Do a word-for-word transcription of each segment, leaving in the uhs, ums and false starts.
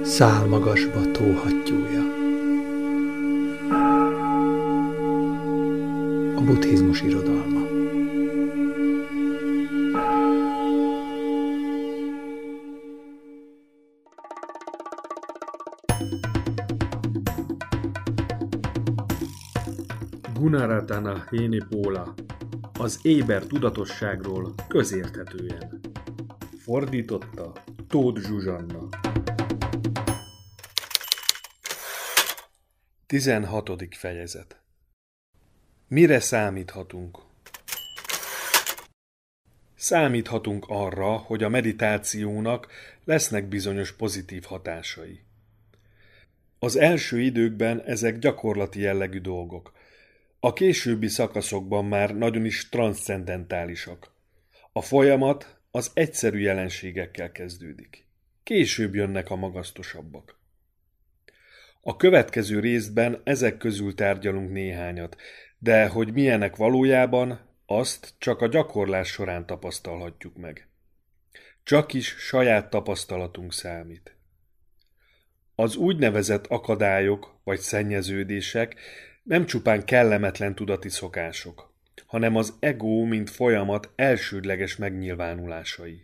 Szálmagasba tóhattyúja. A buddhizmus irodalma. Gunaratana Hénipola, az éber tudatosságról közérthetően. Fordította Tóth Zsuzsanna. tizenhatodik fejezet. Mire számíthatunk? Számíthatunk arra, hogy a meditációnak lesznek bizonyos pozitív hatásai. Az első időkben ezek gyakorlati jellegű dolgok. A későbbi szakaszokban már nagyon is transzcendentálisak. A folyamat az egyszerű jelenségekkel kezdődik. Később jönnek a magasztosabbak. A következő részben ezek közül tárgyalunk néhányat, de hogy milyenek valójában, azt csak a gyakorlás során tapasztalhatjuk meg. Csak is saját tapasztalatunk számít. Az úgynevezett akadályok vagy szennyeződések nem csupán kellemetlen tudati szokások, hanem az ego, mint folyamat elsődleges megnyilvánulásai.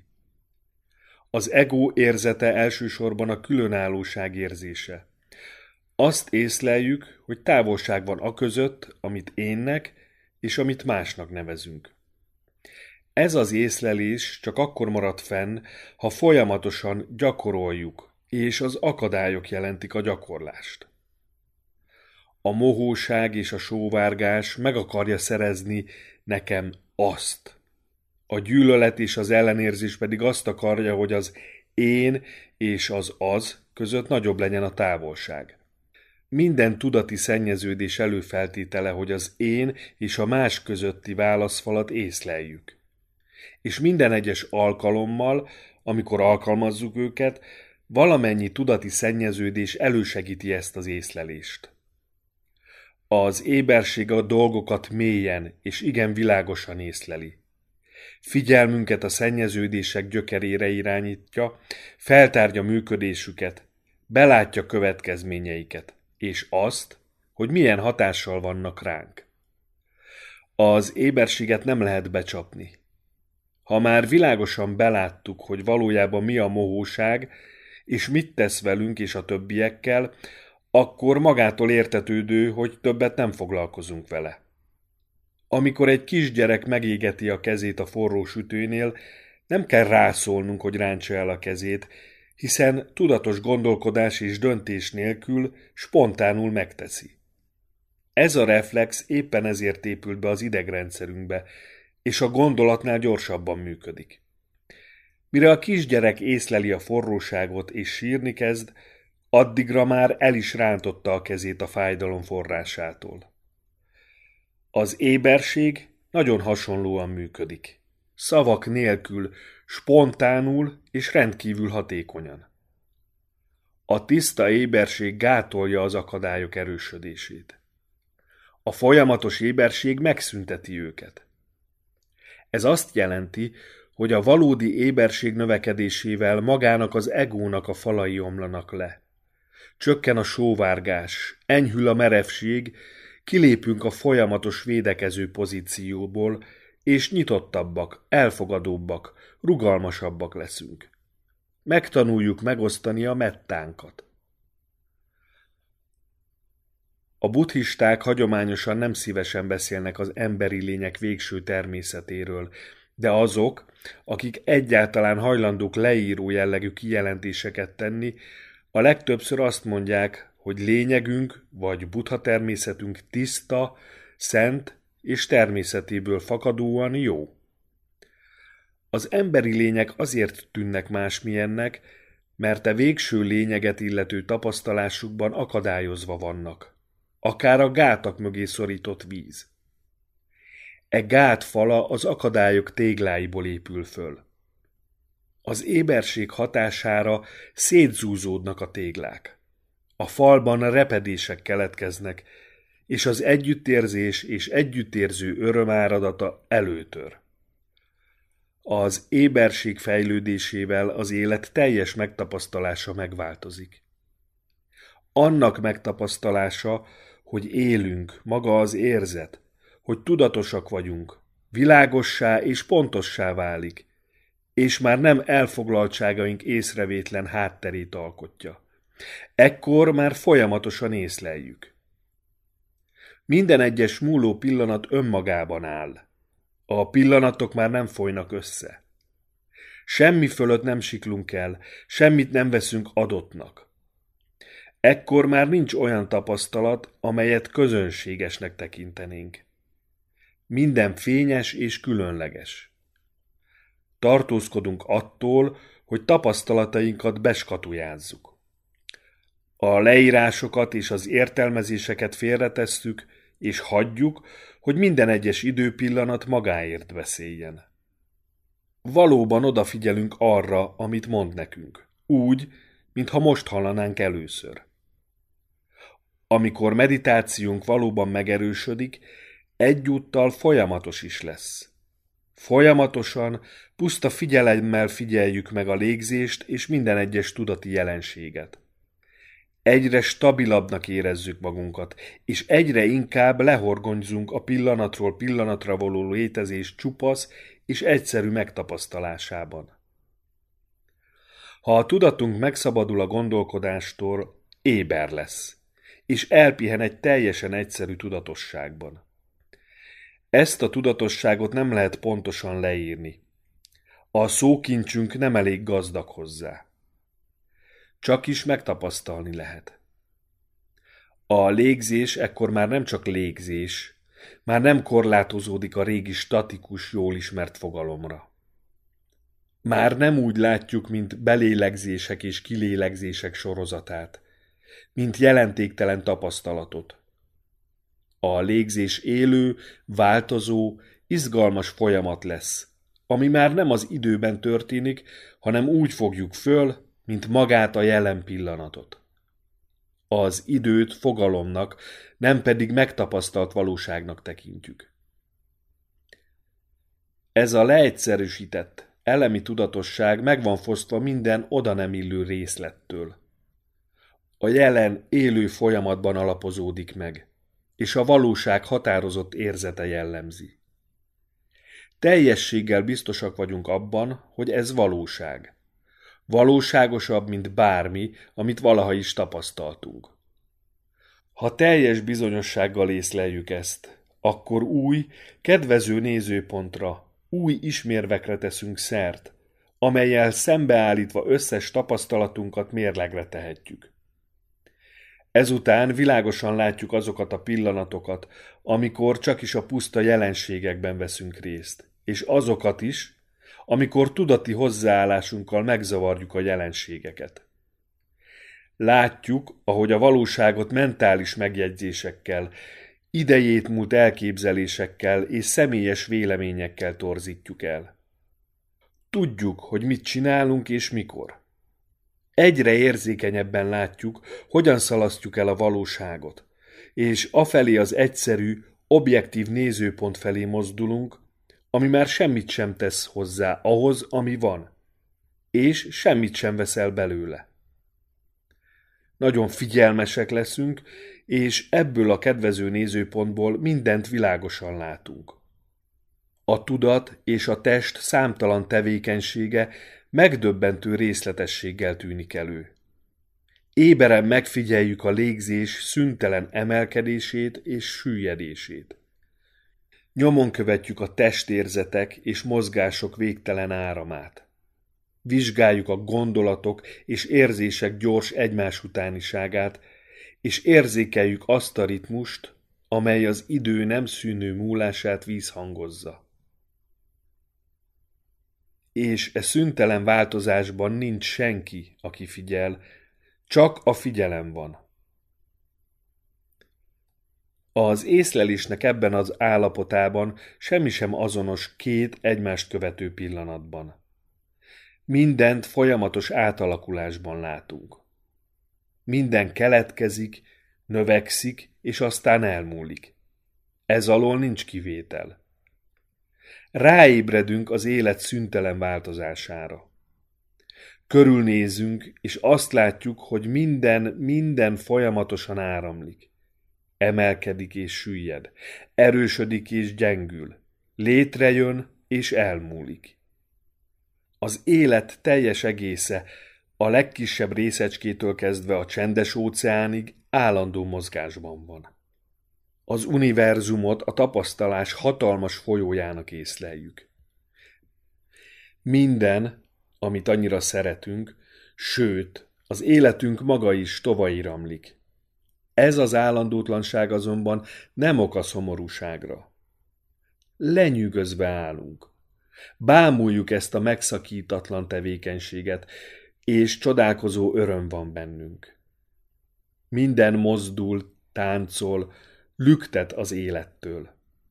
Az ego érzete elsősorban a különállóság érzése. Azt észleljük, hogy távolság van aközött, amit énnek, és amit másnak nevezünk. Ez az észlelés csak akkor marad fenn, ha folyamatosan gyakoroljuk, és az akadályok jelentik a gyakorlást. A mohóság és a sóvárgás meg akarja szerezni nekem azt. A gyűlölet és az ellenérzés pedig azt akarja, hogy az én és az az között nagyobb legyen a távolság. Minden tudati szennyeződés előfeltétele, hogy az én és a más közötti válaszfalat észleljük. És minden egyes alkalommal, amikor alkalmazzuk őket, valamennyi tudati szennyeződés elősegíti ezt az észlelést. Az éberség a dolgokat mélyen és igen világosan észleli. Figyelmünket a szennyeződések gyökerére irányítja, feltárja működésüket, belátja következményeiket, és azt, hogy milyen hatással vannak ránk. Az éberséget nem lehet becsapni. Ha már világosan beláttuk, hogy valójában mi a mohóság, és mit tesz velünk és a többiekkel, akkor magától értetődő, hogy többet nem foglalkozunk vele. Amikor egy kisgyerek megégeti a kezét a forró sütőnél, nem kell rászólnunk, hogy rántsa el a kezét, hiszen tudatos gondolkodás és döntés nélkül spontánul megteszi. Ez a reflex éppen ezért épült be az idegrendszerünkbe, és a gondolatnál gyorsabban működik. Mire a kisgyerek észleli a forróságot és sírni kezd, addigra már el is rántotta a kezét a fájdalom forrásától. Az éberség nagyon hasonlóan működik. Szavak nélkül, spontánul és rendkívül hatékonyan. A tiszta éberség gátolja az akadályok erősödését. A folyamatos éberség megszünteti őket. Ez azt jelenti, hogy a valódi éberség növekedésével magának az egónak a falai omlanak le. Csökken a sóvárgás, enyhül a merevség, kilépünk a folyamatos védekező pozícióból, és nyitottabbak, elfogadóbbak, rugalmasabbak leszünk. Megtanuljuk megosztani a mettánkat. A buddhisták hagyományosan nem szívesen beszélnek az emberi lények végső természetéről, de azok, akik egyáltalán hajlandók leíró jellegű kijelentéseket tenni, a legtöbbször azt mondják, hogy lényegünk vagy buddha természetünk tiszta, szent és természetéből fakadóan jó. Az emberi lények azért tűnnek másmilyennek, mert a végső lényeget illető tapasztalásukban akadályozva vannak, akár a gátak mögé szorított víz. E gát fala az akadályok tégláiból épül föl. Az éberség hatására szétzúzódnak a téglák. A falban repedések keletkeznek, és az együttérzés és együttérző örömáradata előtör. Az éberség fejlődésével az élet teljes megtapasztalása megváltozik. Annak megtapasztalása, hogy élünk, maga az érzet, hogy tudatosak vagyunk, világossá és pontossá válik, és már nem elfoglaltságaink észrevétlen hátterét alkotja. Ekkor már folyamatosan észleljük. Minden egyes múló pillanat önmagában áll. A pillanatok már nem folynak össze. Semmi fölött nem siklunk el, semmit nem veszünk adottnak. Ekkor már nincs olyan tapasztalat, amelyet közönségesnek tekintenénk. Minden fényes és különleges. Tartózkodunk attól, hogy tapasztalatainkat beskatujázzuk. A leírásokat és az értelmezéseket félretesszük, és hagyjuk, hogy minden egyes időpillanat magáért beszéljen. Valóban odafigyelünk arra, amit mond nekünk, úgy, mintha most hallanánk először. Amikor meditációnk valóban megerősödik, egyúttal folyamatos is lesz. Folyamatosan, puszta figyelemmel figyeljük meg a légzést és minden egyes tudati jelenséget. Egyre stabilabbnak érezzük magunkat, és egyre inkább lehorgonyzunk a pillanatról pillanatra való létezés csupasz és egyszerű megtapasztalásában. Ha a tudatunk megszabadul a gondolkodástól, éber lesz, és elpihen egy teljesen egyszerű tudatosságban. Ezt a tudatosságot nem lehet pontosan leírni. A szókincsünk nem elég gazdag hozzá. Csak is megtapasztalni lehet. A légzés ekkor már nem csak légzés, már nem korlátozódik a régi statikus, jól ismert fogalomra. Már nem úgy látjuk, mint belélegzések és kilélegzések sorozatát, mint jelentéktelen tapasztalatot. A légzés élő, változó, izgalmas folyamat lesz, ami már nem az időben történik, hanem úgy fogjuk föl, mint magát a jelen pillanatot. Az időt fogalomnak, nem pedig megtapasztalt valóságnak tekintjük. Ez a leegyszerűsített, elemi tudatosság meg van fosztva minden oda nem illő részlettől. A jelen élő folyamatban alapozódik meg, és a valóság határozott érzete jellemzi. Teljességgel biztosak vagyunk abban, hogy ez valóság. Valóságosabb, mint bármi, amit valaha is tapasztaltunk. Ha teljes bizonyossággal észleljük ezt, akkor új, kedvező nézőpontra, új ismérvekre teszünk szert, amellyel szembeállítva összes tapasztalatunkat mérlegre tehetjük. Ezután világosan látjuk azokat a pillanatokat, amikor csak is a puszta jelenségekben veszünk részt, és azokat is, amikor tudati hozzáállásunkkal megzavarjuk a jelenségeket. Látjuk, ahogy a valóságot mentális megjegyzésekkel, idejét múlt elképzelésekkel és személyes véleményekkel torzítjuk el. Tudjuk, hogy mit csinálunk és mikor. Egyre érzékenyebben látjuk, hogyan szalasztjuk el a valóságot, és afelé az egyszerű, objektív nézőpont felé mozdulunk, ami már semmit sem tesz hozzá ahhoz, ami van, és semmit sem veszel belőle. Nagyon figyelmesek leszünk, és ebből a kedvező nézőpontból mindent világosan látunk. A tudat és a test számtalan tevékenysége megdöbbentő részletességgel tűnik elő. Éberen megfigyeljük a légzés szüntelen emelkedését és süllyedését. Nyomon követjük a testérzetek és mozgások végtelen áramát. Vizsgáljuk a gondolatok és érzések gyors egymás utániságát, és érzékeljük azt a ritmust, amely az idő nem szűnő múlását vízhangozza. És e szüntelen változásban nincs senki, aki figyel, csak a figyelem van. Az észlelésnek ebben az állapotában semmi sem azonos két egymást követő pillanatban. Mindent folyamatos átalakulásban látunk. Minden keletkezik, növekszik, és aztán elmúlik. Ez alól nincs kivétel. Ráébredünk az élet szüntelen változására. Körülnézünk, és azt látjuk, hogy minden, minden folyamatosan áramlik. Emelkedik és süllyed, erősödik és gyengül, létrejön és elmúlik. Az élet teljes egésze, a legkisebb részecskétől kezdve a csendes óceánig állandó mozgásban van. Az univerzumot a tapasztalás hatalmas folyójának észleljük. Minden, amit annyira szeretünk, sőt, az életünk maga is tovaíramlik. Ez az állandótlanság azonban nem ok a szomorúságra. Lenyűgözve állunk. Bámuljuk ezt a megszakítatlan tevékenységet, és csodálkozó öröm van bennünk. Minden mozdul, táncol, lüktet az élettől.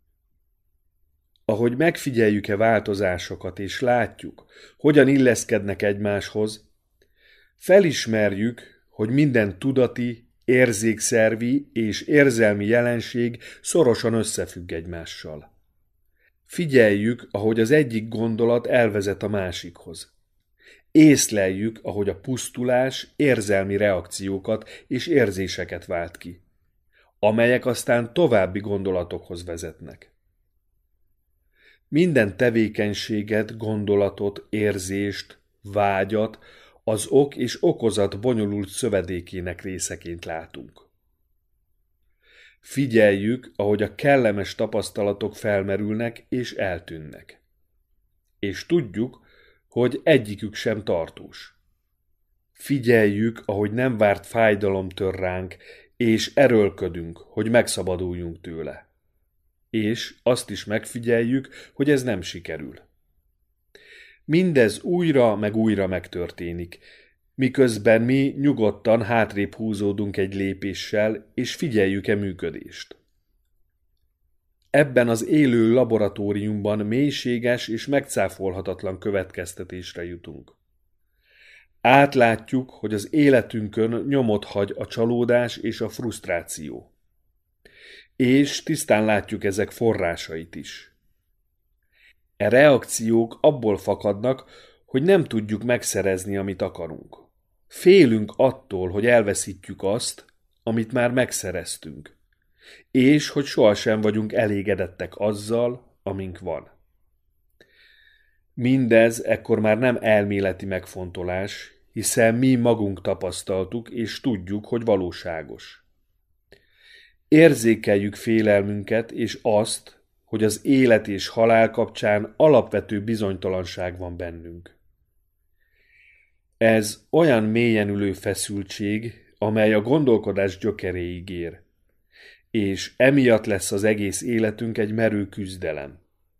Ahogy megfigyeljük-e változásokat, és látjuk, hogyan illeszkednek egymáshoz, felismerjük, hogy minden tudati, érzékszervi és érzelmi jelenség szorosan összefügg egymással. Figyeljük, ahogy az egyik gondolat elvezet a másikhoz. Észleljük, ahogy a pusztulás érzelmi reakciókat és érzéseket vált ki, amelyek aztán további gondolatokhoz vezetnek. Minden tevékenységet, gondolatot, érzést, vágyat az ok és okozat bonyolult szövedékének részeként látunk. Figyeljük, ahogy a kellemes tapasztalatok felmerülnek és eltűnnek. És tudjuk, hogy egyikük sem tartós. Figyeljük, ahogy nem várt fájdalom tör ránk, és erőlködünk, hogy megszabaduljunk tőle. És azt is megfigyeljük, hogy ez nem sikerül. Mindez újra meg újra megtörténik, miközben mi nyugodtan hátrébb húzódunk egy lépéssel, és figyeljük-e működést. Ebben az élő laboratóriumban mélységes és megcáfolhatatlan következtetésre jutunk. Átlátjuk, hogy az életünkön nyomot hagy a csalódás és a frusztráció. És tisztán látjuk ezek forrásait is. E reakciók abból fakadnak, hogy nem tudjuk megszerezni, amit akarunk. Félünk attól, hogy elveszítjük azt, amit már megszereztünk, és hogy sohasem vagyunk elégedettek azzal, amink van. Mindez ekkor már nem elméleti megfontolás, hiszen mi magunk tapasztaltuk, és tudjuk, hogy valóságos. Érzékeljük félelmünket, és azt, hogy az élet és halál kapcsán alapvető bizonytalanság van bennünk. Ez olyan mélyen ülő feszültség, amely a gondolkodás gyökeréig ér, és emiatt lesz az egész életünk egy merő küzdelem.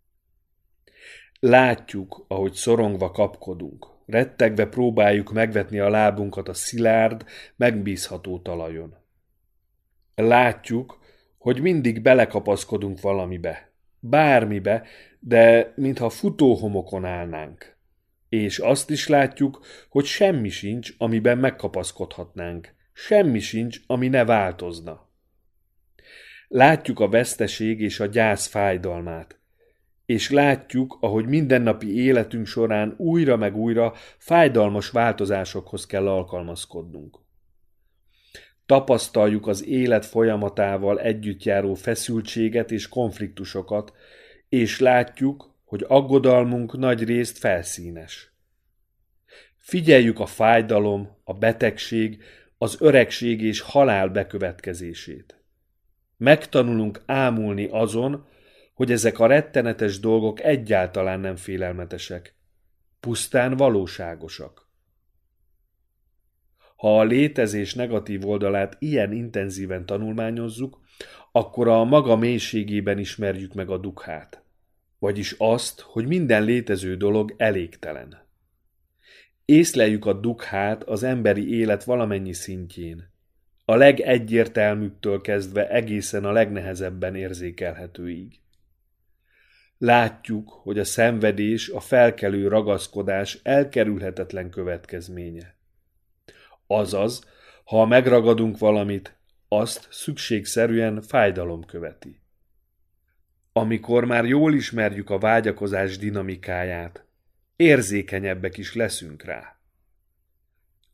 Látjuk, ahogy szorongva kapkodunk, rettegve próbáljuk megvetni a lábunkat a szilárd, megbízható talajon. Látjuk, hogy mindig belekapaszkodunk valamibe, bármibe, de mintha futóhomokon állnánk. És azt is látjuk, hogy semmi sincs, amiben megkapaszkodhatnánk, semmi sincs, ami ne változna. Látjuk a veszteség és a gyász fájdalmát, és látjuk, ahogy mindennapi életünk során újra meg újra fájdalmas változásokhoz kell alkalmazkodnunk. Tapasztaljuk az élet folyamatával együtt járó feszültséget és konfliktusokat, és látjuk, hogy aggodalmunk nagy részt felszínes. Figyeljük a fájdalom, a betegség, az öregség és halál bekövetkezését. Megtanulunk ámulni azon, hogy ezek a rettenetes dolgok egyáltalán nem félelmetesek, pusztán valóságosak. Ha a létezés negatív oldalát ilyen intenzíven tanulmányozzuk, akkor a maga mélységében ismerjük meg a dukhát, vagyis azt, hogy minden létező dolog elégtelen. Észleljük a dukhát az emberi élet valamennyi szintjén, a legegyértelműbbtől kezdve egészen a legnehezebben érzékelhetőig. Látjuk, hogy a szenvedés, a felkelő ragaszkodás elkerülhetetlen következménye. Azaz, ha megragadunk valamit, azt szükségszerűen fájdalom követi. Amikor már jól ismerjük a vágyakozás dinamikáját, érzékenyebbek is leszünk rá.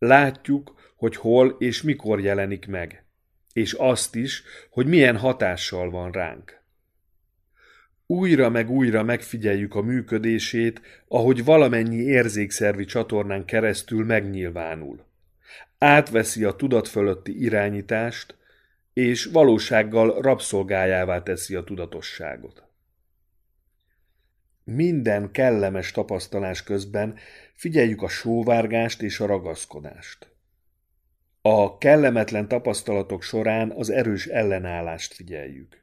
Látjuk, hogy hol és mikor jelenik meg, és azt is, hogy milyen hatással van ránk. Újra meg újra megfigyeljük a működését, ahogy valamennyi érzékszervi csatornán keresztül megnyilvánul. Átveszi a tudat fölötti irányítást, és valósággal rabszolgájává teszi a tudatosságot. Minden kellemes tapasztalás közben figyeljük a sóvárgást és a ragaszkodást. A kellemetlen tapasztalatok során az erős ellenállást figyeljük.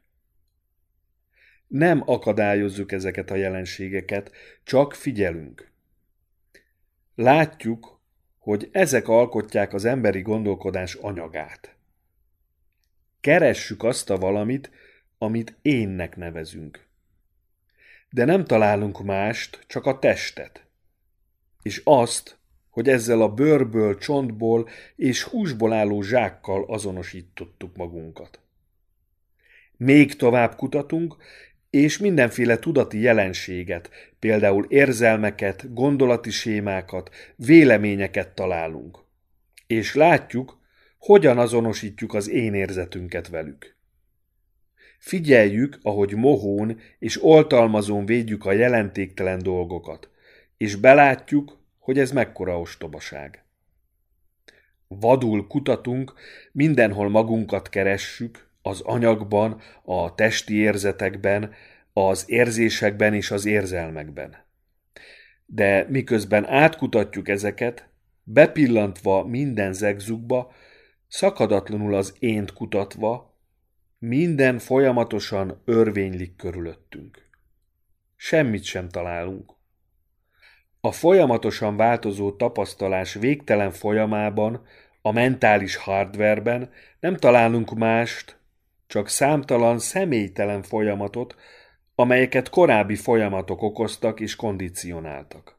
Nem akadályozzuk ezeket a jelenségeket, csak figyelünk. Látjuk, hogy ezek alkotják az emberi gondolkodás anyagát. Keressük azt a valamit, amit énnek nevezünk. De nem találunk mást, csak a testet. És azt, hogy ezzel a bőrből, csontból és húsból álló zsákkal azonosítottuk magunkat. Még tovább kutatunk, és mindenféle tudati jelenséget, például érzelmeket, gondolati sémákat, véleményeket találunk. És látjuk, hogyan azonosítjuk az én érzetünket velük. Figyeljük, ahogy mohón és oltalmazón védjük a jelentéktelen dolgokat, és belátjuk, hogy ez mekkora ostobaság. Vadul kutatunk, mindenhol magunkat keressük, az anyagban, a testi érzetekben, az érzésekben és az érzelmekben. De miközben átkutatjuk ezeket, bepillantva minden zegzugba, szakadatlanul az ént kutatva, minden folyamatosan örvénylik körülöttünk. Semmit sem találunk. A folyamatosan változó tapasztalás végtelen folyamában, a mentális hardwareben nem találunk mást, csak számtalan személytelen folyamatot, amelyeket korábbi folyamatok okoztak és kondicionáltak.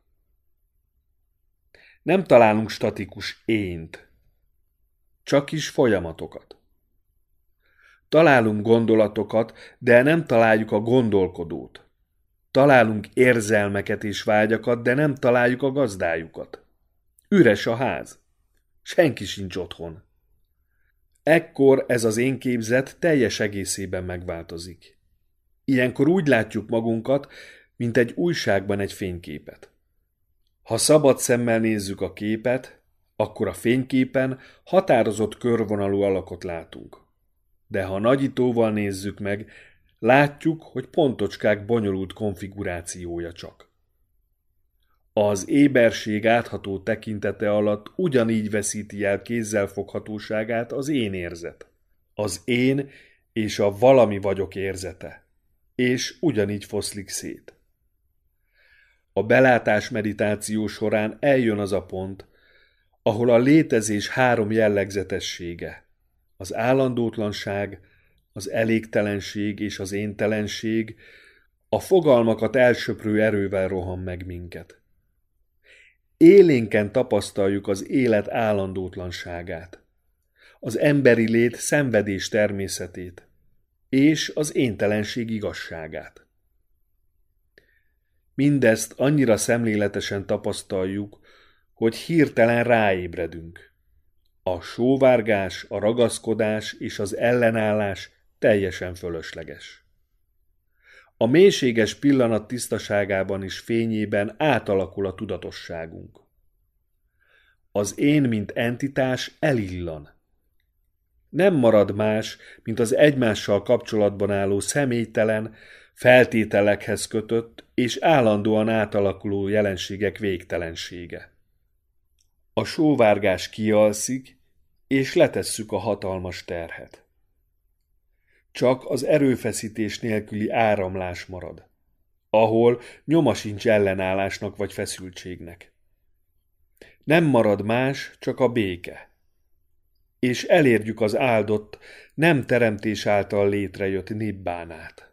Nem találunk statikus ént, csak is folyamatokat. Találunk gondolatokat, de nem találjuk a gondolkodót. Találunk érzelmeket és vágyakat, de nem találjuk a gazdájukat. Üres a ház. Senki sincs otthon. Ekkor ez az én képzet teljes egészében megváltozik. Ilyenkor úgy látjuk magunkat, mint egy újságban egy fényképet. Ha szabad szemmel nézzük a képet, akkor a fényképen határozott körvonalú alakot látunk. De ha nagyítóval nézzük meg, látjuk, hogy pontocskák bonyolult konfigurációja csak. Az éberség átható tekintete alatt ugyanígy veszíti el kézzelfoghatóságát az én érzet. Az én és a valami vagyok érzete. És ugyanígy foszlik szét. A belátás meditáció során eljön az a pont, ahol a létezés három jellegzetessége, az állandótlanság, az elégtelenség és az éntelenség a fogalmakat elsöprő erővel rohan meg minket. Élénken tapasztaljuk az élet állandótlanságát, az emberi lét szenvedés természetét és az éntelenség igazságát. Mindezt annyira szemléletesen tapasztaljuk, hogy hirtelen ráébredünk. A sóvárgás, a ragaszkodás és az ellenállás teljesen fölösleges. A mélységes pillanat tisztaságában és fényében átalakul a tudatosságunk. Az én, mint entitás elillan. Nem marad más, mint az egymással kapcsolatban álló személytelen, feltételekhez kötött és állandóan átalakuló jelenségek végtelensége. A sóvárgás kialszik, és letesszük a hatalmas terhet. Csak az erőfeszítés nélküli áramlás marad, ahol nyoma sincs ellenállásnak vagy feszültségnek. Nem marad más, csak a béke. És elérjük az áldott, nem teremtés által létrejött nibbánát.